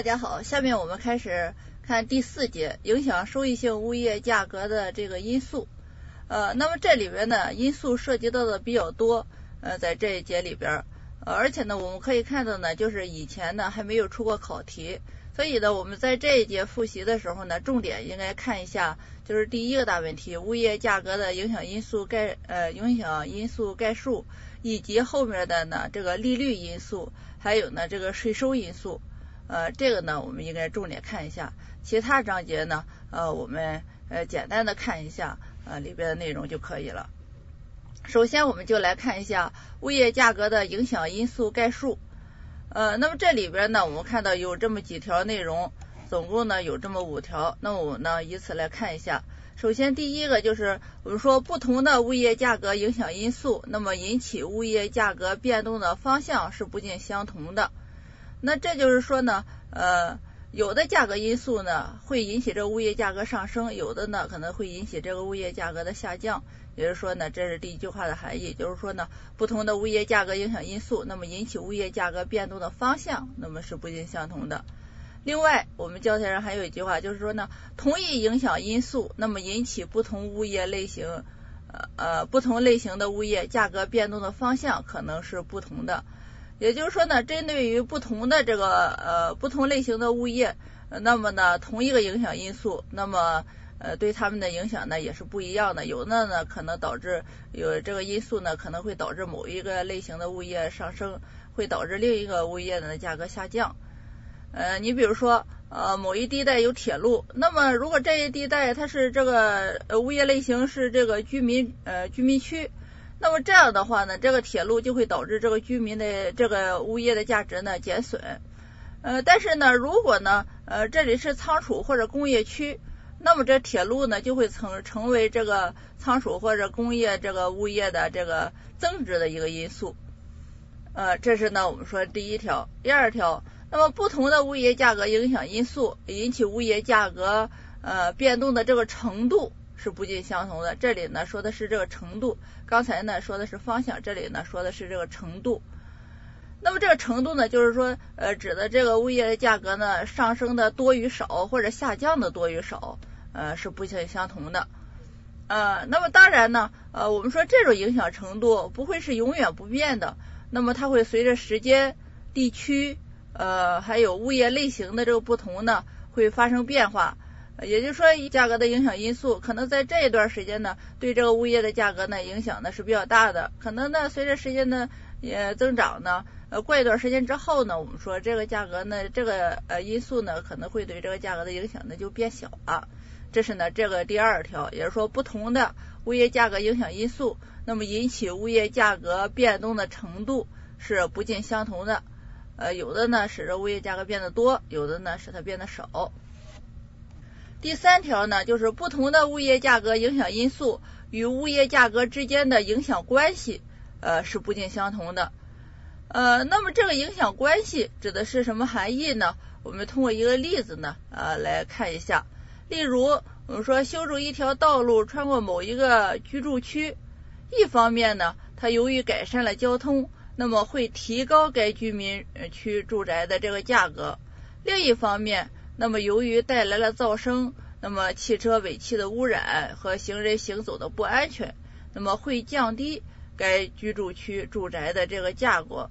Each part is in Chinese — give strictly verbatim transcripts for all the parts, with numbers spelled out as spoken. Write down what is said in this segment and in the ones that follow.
大家好，下面我们开始看第四节影响收益性物业价格的这个因素。呃，那么这里边呢，因素涉及到的比较多，呃，在这一节里边，呃，而且呢，我们可以看到呢，就是以前呢还没有出过考题，所以呢，我们在这一节复习的时候呢，重点应该看一下，就是第一个大问题，物业价格的影响因素概呃影响因素概述，以及后面的呢这个利率因素，还有呢这个税收因素。呃，这个呢，我们应该重点看一下。其他章节呢，呃，我们呃简单的看一下呃里边的内容就可以了。首先，我们就来看一下物业价格的影响因素概述。呃，那么这里边呢，我们看到有这么几条内容，总共呢有这么五条。那么我们呢，以此来看一下。首先，第一个就是我们说不同的物业价格影响因素，那么引起物业价格变动的方向是不尽相同的。那这就是说呢，呃，有的价格因素呢会引起这个物业价格上升，有的呢可能会引起这个物业价格的下降。也就是说呢，这是第一句话的含义，就是说呢，不同的物业价格影响因素，那么引起物业价格变动的方向，那么是不尽相同的。另外，我们教材上还有一句话，就是说呢，同一影响因素，那么引起不同物业类型，呃呃，不同类型的物业价格变动的方向可能是不同的。也就是说呢，针对于不同的这个呃不同类型的物业，呃、那么呢同一个影响因素，那么呃对他们的影响呢也是不一样的。有的呢可能导致有这个因素呢可能会导致某一个类型的物业上升，会导致另一个物业的价格下降。呃，你比如说呃某一地带有铁路，那么如果这一地带它是这个呃物业类型是这个居民呃居民区。那么这样的话呢，这个铁路就会导致这个居民的这个物业的价值呢减损。呃，但是呢，如果呢，呃，这里是仓储或者工业区，那么这铁路呢就会成成为这个仓储或者工业这个物业的这个增值的一个因素。呃，这是呢我们说第一条。第二条，那么不同的物业价格影响因素引起物业价格呃变动的这个程度是不尽相同的。这里呢说的是这个程度，刚才呢说的是方向，这里呢说的是这个程度。那么这个程度呢，就是说呃指的这个物业的价格呢上升的多与少，或者下降的多与少，呃是不尽相同的。呃那么当然呢呃我们说这种影响程度不会是永远不变的，那么它会随着时间、地区呃还有物业类型的这个不同呢会发生变化。也就是说，价格的影响因素可能在这一段时间呢，对这个物业的价格呢影响呢是比较大的。可能呢，随着时间的也增长呢，呃，过一段时间之后呢，我们说这个价格呢，这个呃因素呢，可能会对这个价格的影响呢就变小了。这是呢这个第二条，也就是说，不同的物业价格影响因素，那么引起物业价格变动的程度是不尽相同的。呃，有的呢使得物业价格变得多，有的呢使它变得少。第三条呢，就是不同的物业价格影响因素与物业价格之间的影响关系呃是不尽相同的。呃，那么这个影响关系指的是什么含义呢？我们通过一个例子呢呃来看一下。例如我们说修筑一条道路穿过某一个居住区，一方面呢它由于改善了交通，那么会提高该居民区住宅的这个价格。另一方面，那么由于带来了噪声，那么汽车尾气的污染和行人行走的不安全，那么会降低该居住区住宅的这个价格。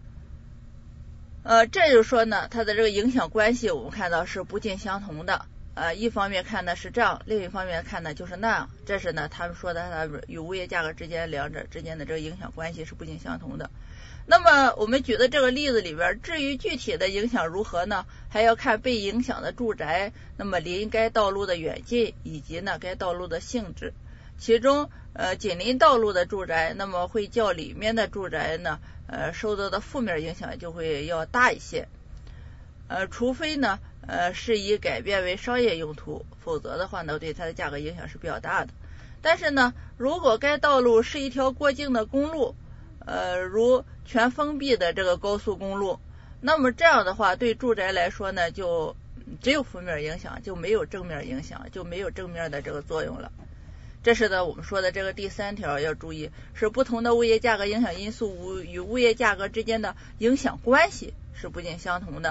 呃，这就是说呢，它的这个影响关系我们看到是不尽相同的。呃，一方面看呢是这样，另一方面看呢就是那样。这是呢他们说的它与物业价格之间两者之间的这个影响关系是不尽相同的。那么我们举的这个例子里边，至于具体的影响如何呢，还要看被影响的住宅那么离该道路的远近，以及呢该道路的性质。其中呃紧邻道路的住宅，那么会较里面的住宅呢呃受到的负面影响就会要大一些。呃除非呢呃是以改变为商业用途，否则的话呢对它的价格影响是比较大的。但是呢，如果该道路是一条过境的公路，呃如全封闭的这个高速公路，那么这样的话对住宅来说呢就只有负面影响，就没有正面影响，就没有正面的这个作用了。这是呢我们说的这个第三条要注意，是不同的物业价格影响因素与物业价格之间的影响关系是不尽相同的。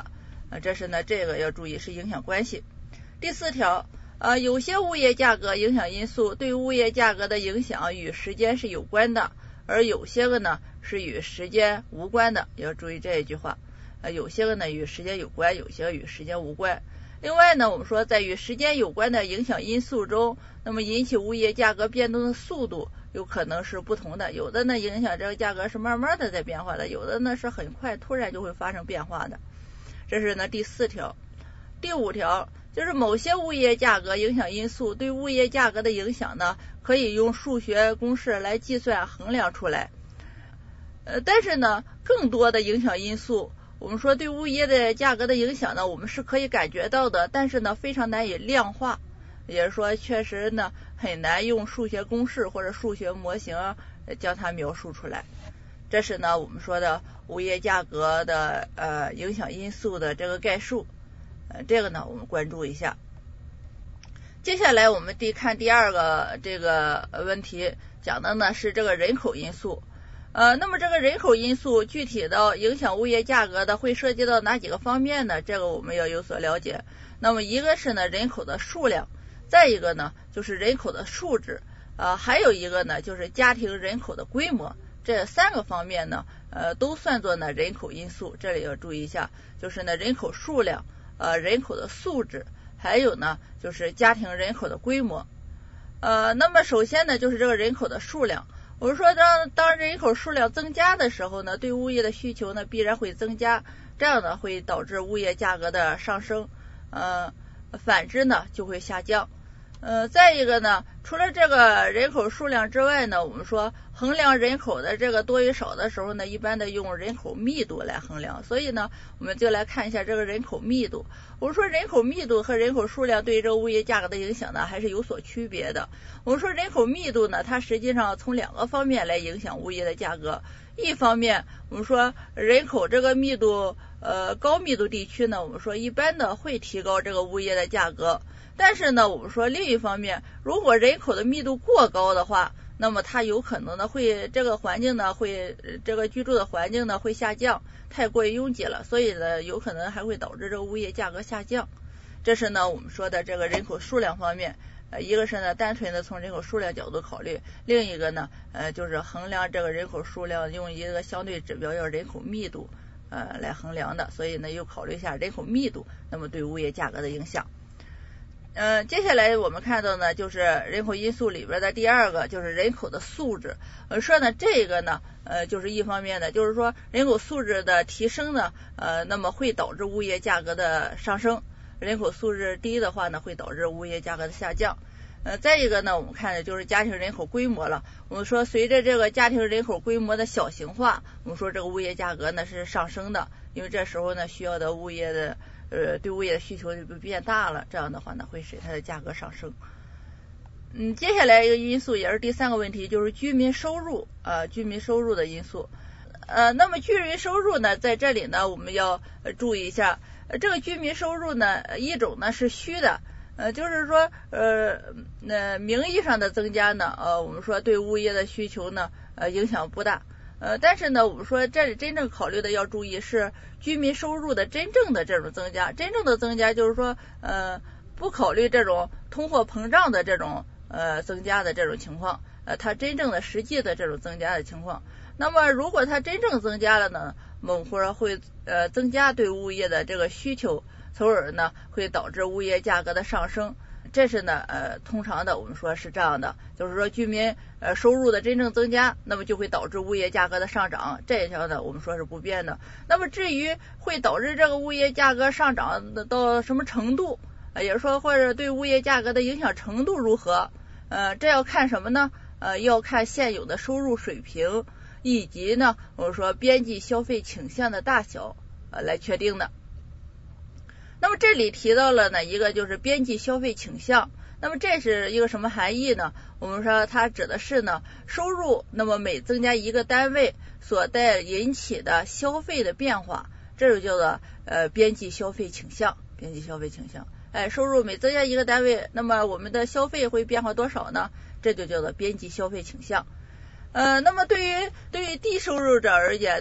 呃，这是呢这个要注意是影响关系。第四条，呃，有些物业价格影响因素对物业价格的影响与时间是有关的，而有些个呢是与时间无关的，要注意这一句话。呃，有些个呢与时间有关，有些个与时间无关。另外呢，我们说在与时间有关的影响因素中，那么引起物业价格变动的速度有可能是不同的，有的呢影响这个价格是慢慢的在变化的，有的呢是很快突然就会发生变化的。这是呢第四条。第五条，就是某些物业价格影响因素对物业价格的影响呢，可以用数学公式来计算衡量出来。呃，但是呢，更多的影响因素，我们说对物业的价格的影响呢，我们是可以感觉到的，但是呢，非常难以量化，也就是说，确实呢，很难用数学公式或者数学模型将它描述出来。这是呢，我们说的物业价格的呃影响因素的这个概述。呃，这个呢，我们关注一下。接下来我们第看第二个这个问题，讲的呢是这个人口因素。呃，那么这个人口因素具体的影响物业价格的会涉及到哪几个方面呢？这个我们要有所了解。那么一个是呢人口的数量，再一个呢就是人口的素质，呃，还有一个呢就是家庭人口的规模。这三个方面呢，呃，都算作呢人口因素。这里要注意一下，就是呢人口数量。呃，人口的素质，还有呢，就是家庭人口的规模。呃，那么首先呢，就是这个人口的数量。我们说当当人口数量增加的时候呢，对物业的需求呢必然会增加，这样呢会导致物业价格的上升。呃，反之呢就会下降。呃，再一个呢，除了这个人口数量之外呢，我们说衡量人口的这个多与少的时候呢，一般的用人口密度来衡量，所以呢，我们就来看一下这个人口密度。我们说人口密度和人口数量对这个物业价格的影响呢，还是有所区别的。我们说人口密度呢，它实际上从两个方面来影响物业的价格。一方面，我们说人口这个密度，呃，高密度地区呢，我们说一般的会提高这个物业的价格。但是呢，我们说另一方面，如果人口的密度过高的话，那么它有可能呢会这个环境呢会这个居住的环境呢会下降，太过于拥挤了，所以呢有可能还会导致这个物业价格下降。这是呢我们说的这个人口数量方面，呃，一个是呢单纯的从人口数量角度考虑，另一个呢呃就是衡量这个人口数量用一个相对指标叫人口密度呃来衡量的，所以呢又考虑一下人口密度，那么对物业价格的影响。呃，接下来我们看到呢，就是人口因素里边的第二个，就是人口的素质。呃，说呢，这个呢，呃，就是一方面的，就是说人口素质的提升呢，呃，那么会导致物业价格的上升；人口素质低的话呢，会导致物业价格的下降。呃，再一个呢，我们看的就是家庭人口规模了。我们说，随着这个家庭人口规模的小型化，我们说这个物业价格呢是上升的，因为这时候呢需要的物业的。呃，对物业的需求就变大了，这样的话呢，会使它的价格上升。嗯，接下来一个因素也是第三个问题，就是居民收入，呃，居民收入的因素。呃，那么居民收入呢，在这里呢，我们要呃注意一下，呃，这个居民收入呢，一种呢是虚的，呃，就是说，呃，那名义上的增加呢，呃，我们说对物业的需求呢，呃，影响不大。呃，但是呢，我们说这里真正考虑的要注意是居民收入的真正的这种增加，真正的增加就是说，呃，不考虑这种通货膨胀的这种呃增加的这种情况，呃，它真正的实际的这种增加的情况。那么如果它真正增加了呢，我们或者会呃增加对物业的这个需求，从而呢会导致物业价格的上升。这是呢呃通常的我们说是这样的，就是说居民呃收入的真正增加，那么就会导致物业价格的上涨，这一条呢我们说是不变的。那么至于会导致这个物业价格上涨到什么程度，呃、也就是说或者对物业价格的影响程度如何，呃这要看什么呢？呃要看现有的收入水平以及呢我们说边际消费倾向的大小呃来确定的。那么这里提到了呢一个就是边际消费倾向，那么这是一个什么含义呢？我们说它指的是呢收入那么每增加一个单位所带引起的消费的变化，这就叫做呃边际消费倾向，边际消费倾向。哎，收入每增加一个单位，那么我们的消费会变化多少呢？这就叫做边际消费倾向。呃，那么对于对于低收入者而言呢，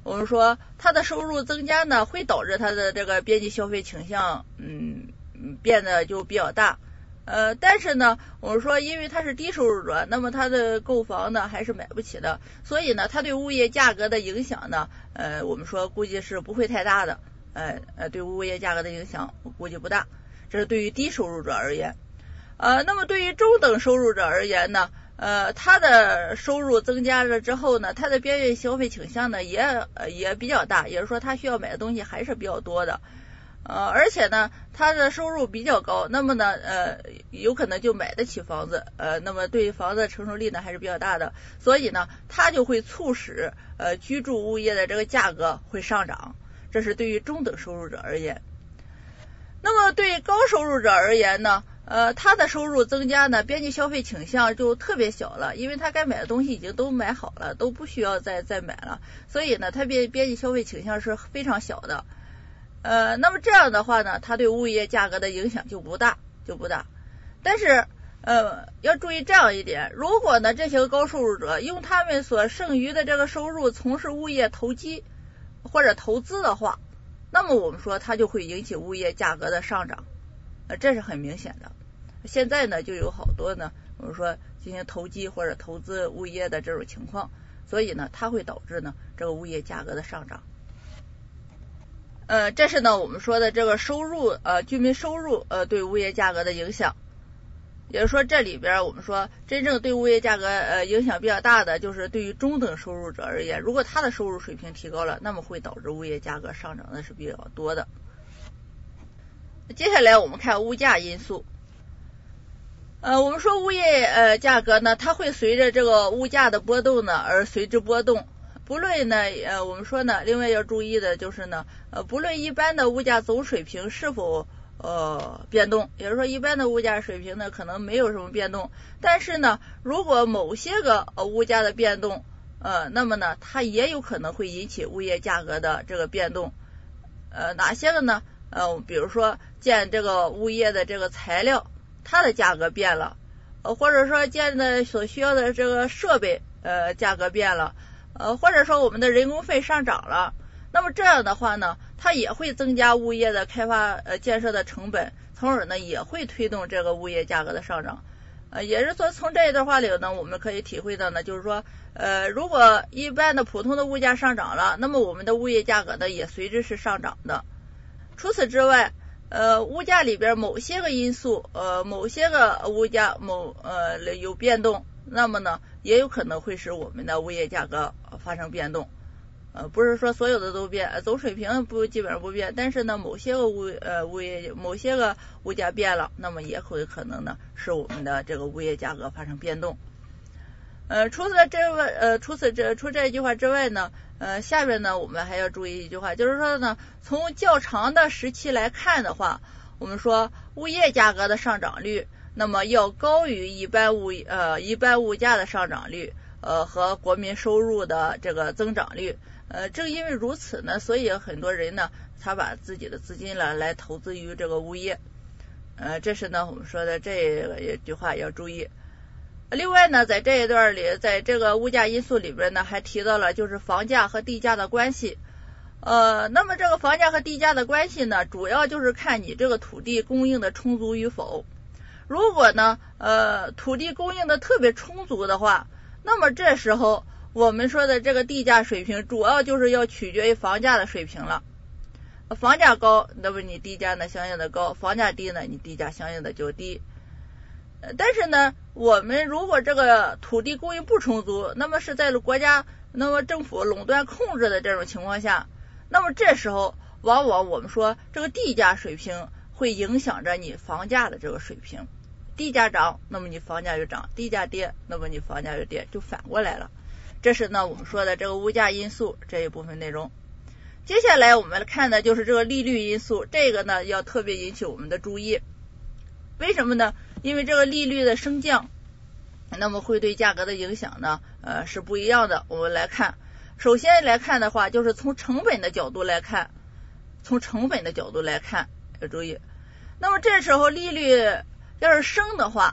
我们说它的收入增加呢，会导致它的这个边际消费倾向嗯变得就比较大。呃，但是呢，我们说因为他是低收入者，那么他的购房呢还是买不起的，所以呢，他对物业价格的影响呢，呃，我们说估计是不会太大的，呃呃，对物业价格的影响我估计不大，这是对于低收入者而言。呃，那么对于中等收入者而言呢，呃，他的收入增加了之后呢，他的边缘消费倾向呢也呃也比较大，也就是说他需要买的东西还是比较多的。呃，而且呢，他的收入比较高，那么呢，呃，有可能就买得起房子，呃，那么对房子的承受力呢还是比较大的，所以呢，它就会促使呃居住物业的这个价格会上涨，这是对于中等收入者而言。那么对于高收入者而言呢，呃，他的收入增加呢，边际消费倾向就特别小了，因为他该买的东西已经都买好了，都不需要再再买了，所以呢，他边边际消费倾向是非常小的。呃，那么这样的话呢，它对物业价格的影响就不大，就不大。但是，呃，要注意这样一点，如果呢这些高收入者用他们所剩余的这个收入从事物业投机或者投资的话，那么我们说它就会引起物业价格的上涨，呃，这是很明显的。现在呢就有好多呢，我们说进行投机或者投资物业的这种情况，所以呢它会导致呢这个物业价格的上涨。呃，这是呢我们说的这个收入呃居民收入呃对物业价格的影响，也就是说这里边我们说真正对物业价格呃影响比较大的就是对于中等收入者而言，如果他的收入水平提高了，那么会导致物业价格上涨的是比较多的。接下来我们看物价因素。呃，我们说物业呃价格呢，它会随着这个物价的波动呢而随之波动。不论呢，呃，我们说呢，另外要注意的就是呢，呃，不论一般的物价总水平是否呃变动，也就是说，一般的物价水平呢可能没有什么变动，但是呢，如果某些个呃物价的变动，呃，那么呢，它也有可能会引起物业价格的这个变动。呃，哪些个呢？呃，比如说建这个物业的这个材料，它的价格变了，呃，或者说建的所需要的这个设备，呃，价格变了。呃，或者说我们的人工费上涨了，那么这样的话呢，它也会增加物业的开发呃建设的成本，从而呢也会推动这个物业价格的上涨。呃，也是说从这一段话里呢，我们可以体会到呢，就是说，呃，如果一般的普通的物价上涨了，那么我们的物业价格呢也随之是上涨的。除此之外，呃，物价里边某些个因素，呃，某些个物价某呃有变动，那么呢，也有可能会使我们的物业价格发生变动。呃，不是说所有的都变，总水平不基本上不变，但是呢，某些个物呃物业某些个物价变了，那么也会可能呢使我们的这个物业价格发生变动。呃，除此这外呃除此这除这一句话之外呢，呃下面呢我们还要注意一句话，就是说呢，从较长的时期来看的话，我们说物业价格的上涨率，那么要高于一般物呃一般物价的上涨率，呃和国民收入的这个增长率。呃，正因为如此呢，所以很多人呢，他把自己的资金呢来投资于这个物业。呃，这是呢我们说的这个一句话要注意。另外呢，在这一段里，在这个物价因素里边呢，还提到了就是房价和地价的关系。呃，那么这个房价和地价的关系呢，主要就是看你这个土地供应的充足与否。如果呢，呃，土地供应的特别充足的话，那么这时候我们说的这个地价水平，主要就是要取决于房价的水平了。房价高，那么你地价呢相应的高；房价低呢，你地价相应的就低。但是呢，我们如果这个土地供应不充足，那么是在国家那么政府垄断控制的这种情况下，那么这时候往往我们说这个地价水平会影响着你房价的这个水平。地价涨，那么你房价就涨；地价跌，那么你房价就跌，就反过来了。这是呢我们说的这个物价因素这一部分内容。接下来我们看的就是这个利率因素，这个呢要特别引起我们的注意。为什么呢？因为这个利率的升降，那么会对价格的影响呢呃是不一样的。我们来看，首先来看的话，就是从成本的角度来看，从成本的角度来看要注意。那么这时候利率要是升的话，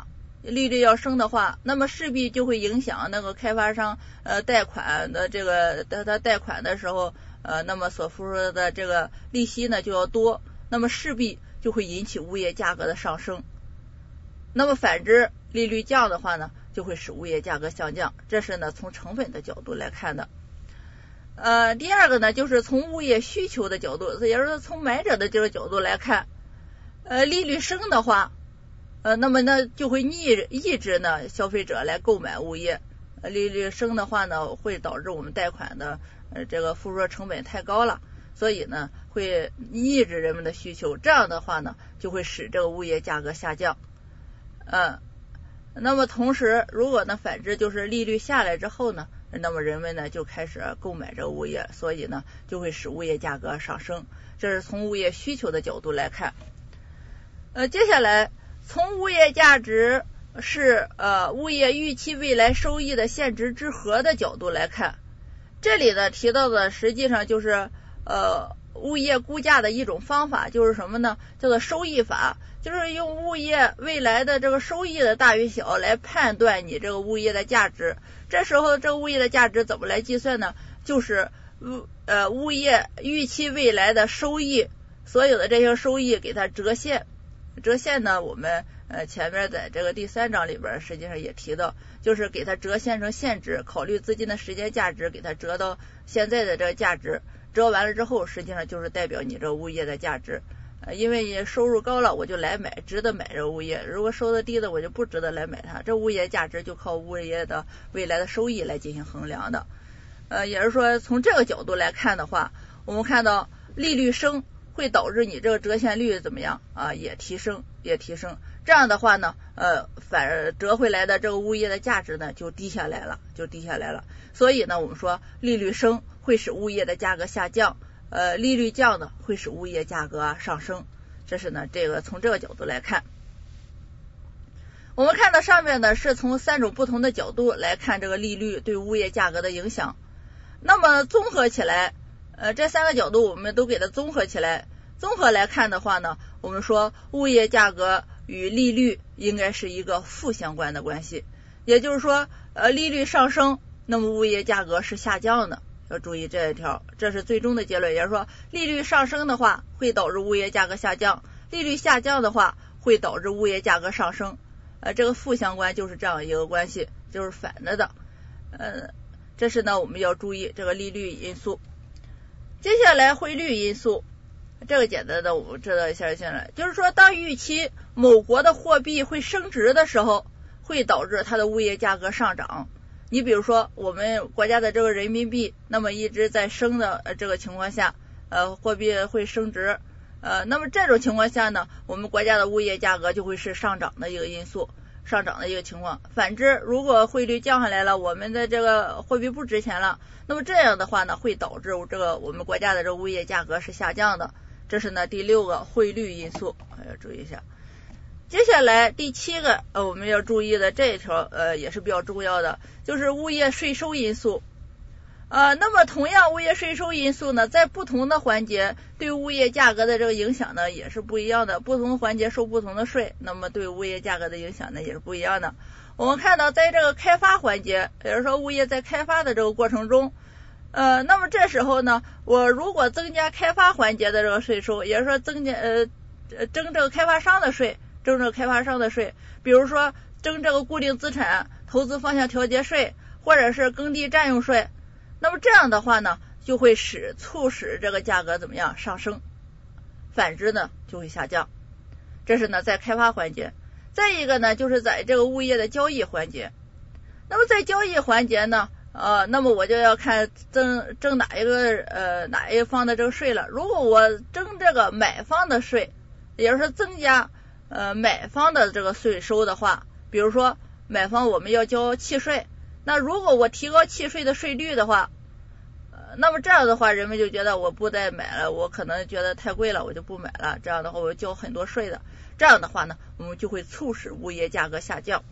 利率要升的话，那么势必就会影响那个开发商呃贷款的这个他他贷款的时候呃那么所付出的这个利息呢就要多，那么势必就会引起物业价格的上升。那么反之，利率降的话呢，就会使物业价格下降，这是呢从成本的角度来看的。呃，第二个呢，就是从物业需求的角度，也就是说从买者的这个角度来看，呃，利率升的话，呃，那么呢就会抑抑制呢消费者来购买物业。呃，利率升的话呢，会导致我们贷款的呃这个付出的成本太高了，所以呢会抑制人们的需求，这样的话呢就会使这个物业价格下降。嗯，那么同时，如果呢反之，就是利率下来之后呢，那么人们呢就开始购买这个物业，所以呢就会使物业价格上升。这是从物业需求的角度来看。呃，接下来从物业价值是呃物业预期未来收益的现值之和的角度来看，这里呢提到的实际上就是呃物业估价的一种方法，就是什么呢？叫做收益法，就是用物业未来的这个收益的大与小来判断你这个物业的价值。这时候这个物业的价值怎么来计算呢？就是呃物业预期未来的收益，所有的这些收益给它折现。折现呢，我们呃前面在这个第三章里边实际上也提到，就是给它折现成现值，考虑资金的时间价值，给它折到现在的这个价值。折完了之后，实际上就是代表你这个物业的价值。呃，因为你收入高了，我就来买，值得买这个物业；如果收的低的，我就不值得来买它。这物业价值就靠物业的未来的收益来进行衡量的。呃，也是说从这个角度来看的话，我们看到利率升会导致你这个折现率怎么样啊？也提升，也提升。这样的话呢，呃，反折回来的这个物业的价值呢就低下来了，就低下来了。所以呢，我们说利率升会使物业的价格下降，呃，利率降呢会使物业价格上升。这是呢这个从这个角度来看。我们看到上面呢是从三种不同的角度来看这个利率对物业价格的影响。那么综合起来，呃，这三个角度我们都给它综合起来，综合来看的话呢，我们说物业价格与利率应该是一个负相关的关系，也就是说，呃，利率上升，那么物业价格是下降的。要注意这一条，这是最终的结论，也就是说，利率上升的话会导致物业价格下降，利率下降的话会导致物业价格上升。呃，这个负相关就是这样一个关系，就是反着的。呃，这是呢我们要注意这个利率因素。接下来汇率因素，这个简单的我们知道一下先来，就是说当预期某国的货币会升值的时候，会导致它的物业价格上涨。你比如说我们国家的这个人民币，那么一直在升的呃这个情况下，呃货币会升值，呃那么这种情况下呢，我们国家的物业价格就会是上涨的一个因素，上涨的一个情况。反之，如果汇率降下来了，我们的这个货币不值钱了，那么这样的话呢，会导致这个我们国家的这个物业价格是下降的。这是呢第六个汇率因素，要注意一下。接下来第七个呃我们要注意的这一条呃也是比较重要的，就是物业税收因素。呃那么同样物业税收因素呢，在不同的环节对物业价格的这个影响呢也是不一样的，不同环节收不同的税，那么对物业价格的影响呢也是不一样的。我们看到在这个开发环节，比如说物业在开发的这个过程中，呃那么这时候呢，我如果增加开发环节的这个税收，也就是说增加呃征这个开发商的税，征这个开发商的税，比如说征这个固定资产投资方向调节税，或者是耕地占用税，那么这样的话呢，就会使促使这个价格怎么样上升，反之呢就会下降。这是呢在开发环节。再一个呢，就是在这个物业的交易环节。那么在交易环节呢，呃，那么我就要看征征哪一个呃哪一方的这个税了。如果我征这个买方的税，也就是说增加呃买方的这个税收的话，比如说买方我们要交契税，那如果我提高契税的税率的话，呃那么这样的话人们就觉得我不再买了，我可能觉得太贵了，我就不买了，这样的话我交很多税的，这样的话呢，我们就会促使物业价格下降。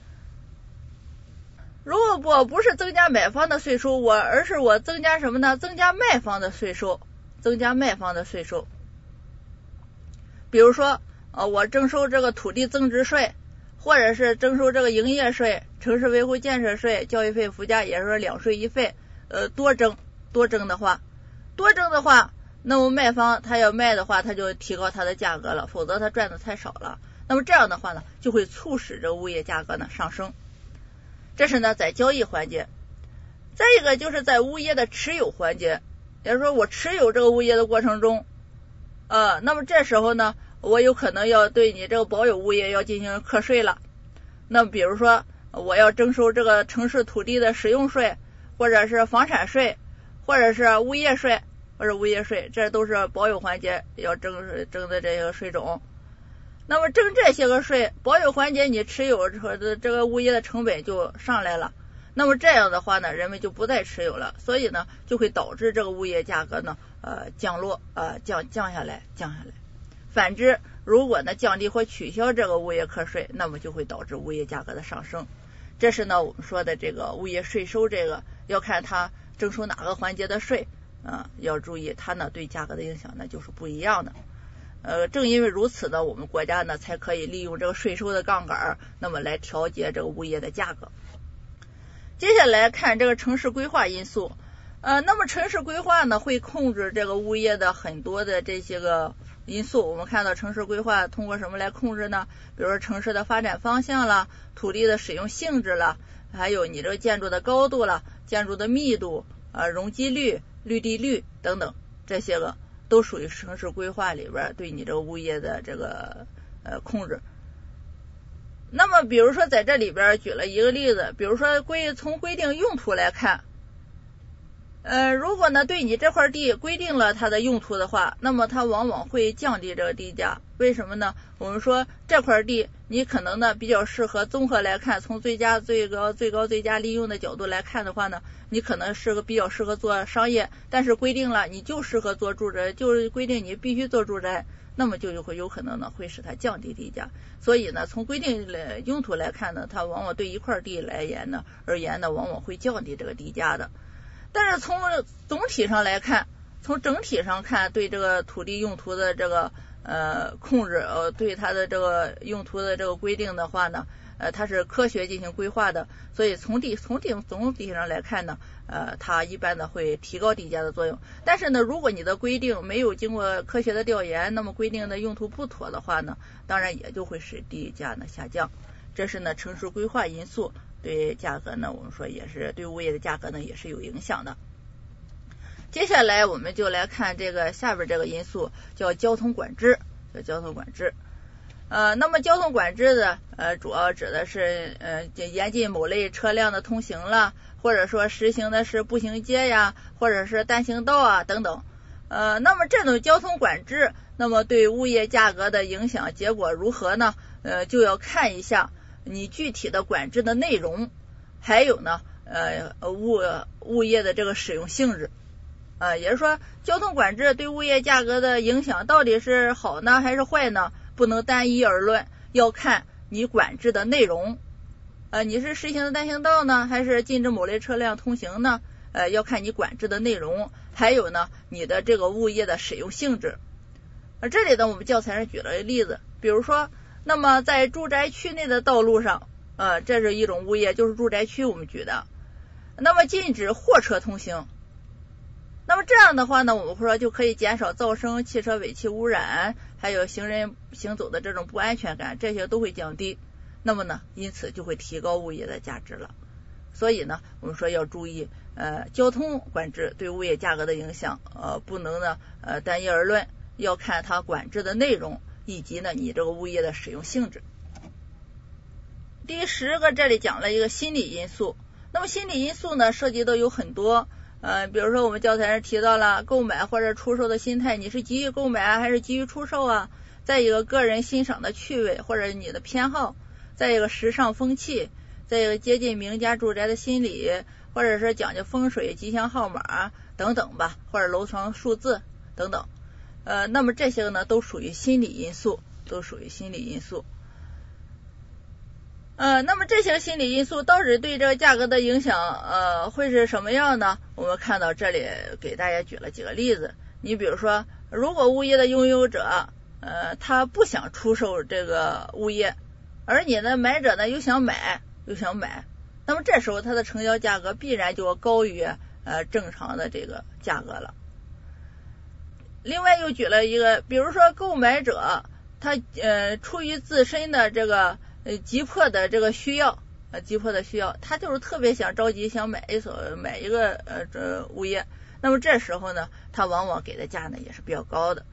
如果我不是增加买方的税收，我而是我增加什么呢？增加卖方的税收，增加卖方的税收。比如说呃，我征收这个土地增值税， 或者是征收这个营业税、城市维护建设税、教育费附加，也是说两税一费，呃，多征多征的话，多征的话，那么卖方他要卖的话，他就提高他的价格了，否则他赚的太少了。那么这样的话呢，就会促使这个物业价格呢上升。这是呢在交易环节。再一个就是在物业的持有环节，也就是说我持有这个物业的过程中，呃，那么这时候呢，我有可能要对你这个保有物业要进行课税了。那么比如说我要征收这个城市土地的使用税，或者是房产税，或者是物业税，或者物业税，这都是保有环节要征征的这些税种。那么征这些个税，保有环节你持有的这个物业的成本就上来了。那么这样的话呢，人们就不再持有了，所以呢，就会导致这个物业价格呢，呃，降落，呃，降降下来，降下来。反之，如果呢降低或取消这个物业课税，那么就会导致物业价格的上升。这是呢我们说的这个物业税收，这个要看它征收哪个环节的税，啊、呃，要注意它呢对价格的影响呢就是不一样的。呃，正因为如此呢，我们国家呢才可以利用这个税收的杠杆，那么来调节这个物业的价格。接下来看这个城市规划因素，呃，那么城市规划呢会控制这个物业的很多的这些个因素。我们看到城市规划通过什么来控制呢？比如说城市的发展方向啦，土地的使用性质啦，还有你这个建筑的高度啦，建筑的密度、呃容积率、绿地率等等，这些个都属于城市规划里边对你这个物业的这个呃控制。那么比如说在这里边举了一个例子，比如说规从规定用途来看，呃，如果呢对你这块地规定了它的用途的话，那么它往往会降低这个地价。为什么呢？我们说这块地你可能呢比较适合综合来看，从最佳最高最高最佳利用的角度来看的话呢，你可能是个比较适合做商业，但是规定了你就适合做住宅，就是规定你必须做住宅，那么就会有可能呢会使它降低地价。所以呢从规定的用途来看呢，它往往对一块地来言呢而言呢往往会降低这个地价的。但是从总体上来看，从整体上看，对这个土地用途的这个呃控制，呃对它的这个用途的这个规定的话呢，呃它是科学进行规划的，所以从地从地总体上来看呢，呃它一般呢会提高地价的作用。但是呢，如果你的规定没有经过科学的调研，那么规定的用途不妥的话呢，当然也就会使地价呢下降。这是呢城市规划因素对价格呢，我们说也是对物业的价格呢也是有影响的。接下来我们就来看这个下边这个因素，叫交通管制，叫交通管制。呃，那么交通管制的呃主要指的是呃严禁某类车辆的通行了，或者说实行的是步行街呀，或者是单行道啊等等。呃，那么这种交通管制，那么对物业价格的影响结果如何呢？呃，就要看一下你具体的管制的内容，还有呢呃物物业的这个使用性质。呃，也就是说，交通管制对物业价格的影响到底是好呢还是坏呢？不能单一而论，要看你管制的内容。呃，你是实行的单行道呢，还是禁止某类车辆通行呢？呃，要看你管制的内容，还有呢，你的这个物业的使用性质。呃，这里呢，我们教材上举了一个例子，比如说，那么在住宅区内的道路上，呃，这是一种物业，就是住宅区我们举的。那么禁止货车通行。那么这样的话呢，我们说就可以减少噪声、汽车尾气污染，还有行人行走的这种不安全感，这些都会降低。那么呢，因此就会提高物业的价值了。所以呢，我们说要注意，呃，交通管制对物业价格的影响，呃，不能呢，呃，单一而论，要看它管制的内容，以及呢，你这个物业的使用性质。第十个，这里讲了一个心理因素。那么心理因素呢，涉及的有很多。呃，比如说我们教材上提到了购买或者出售的心态，你是急于购买啊，还是急于出售啊？再一个个人欣赏的趣味或者你的偏好，再一个时尚风气，再一个接近名家住宅的心理，或者是讲究风水、吉祥号码等等吧，或者楼层数字等等。呃，那么这些呢都属于心理因素，都属于心理因素。呃，那么这些心理因素到底对这个价格的影响呃会是什么样呢？我们看到这里给大家举了几个例子。你比如说，如果物业的拥有者呃他不想出售这个物业， 而你的买者呢又想买又想买，那么这时候它的成交价格必然就要高于呃正常的这个价格了。另外又举了一个，比如说购买者他呃出于自身的这个呃急迫的这个需要呃急迫的需要，他就是特别想着急想买一所买一个呃这物业，那么这时候呢他往往给的价呢也是比较高的。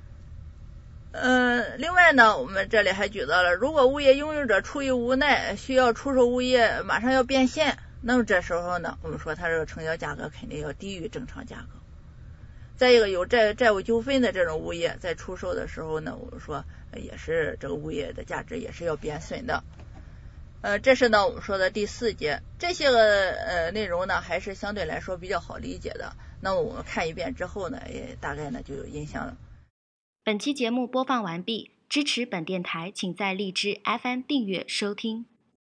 呃，另外呢，我们这里还举到了，如果物业拥有者出于无奈需要出售物业，马上要变现，那么这时候呢，我们说它这个成交价格肯定要低于正常价格。再一个，有债债务纠纷的这种物业，在出售的时候呢，我们说也是这个物业的价值也是要贬损的。呃，这是呢我们说的第四节，这些个呃内容呢还是相对来说比较好理解的。那么我们看一遍之后呢，也大概呢就有印象了。 本期节目播放完毕，支持本电台，请在荔枝 F M 订阅收听。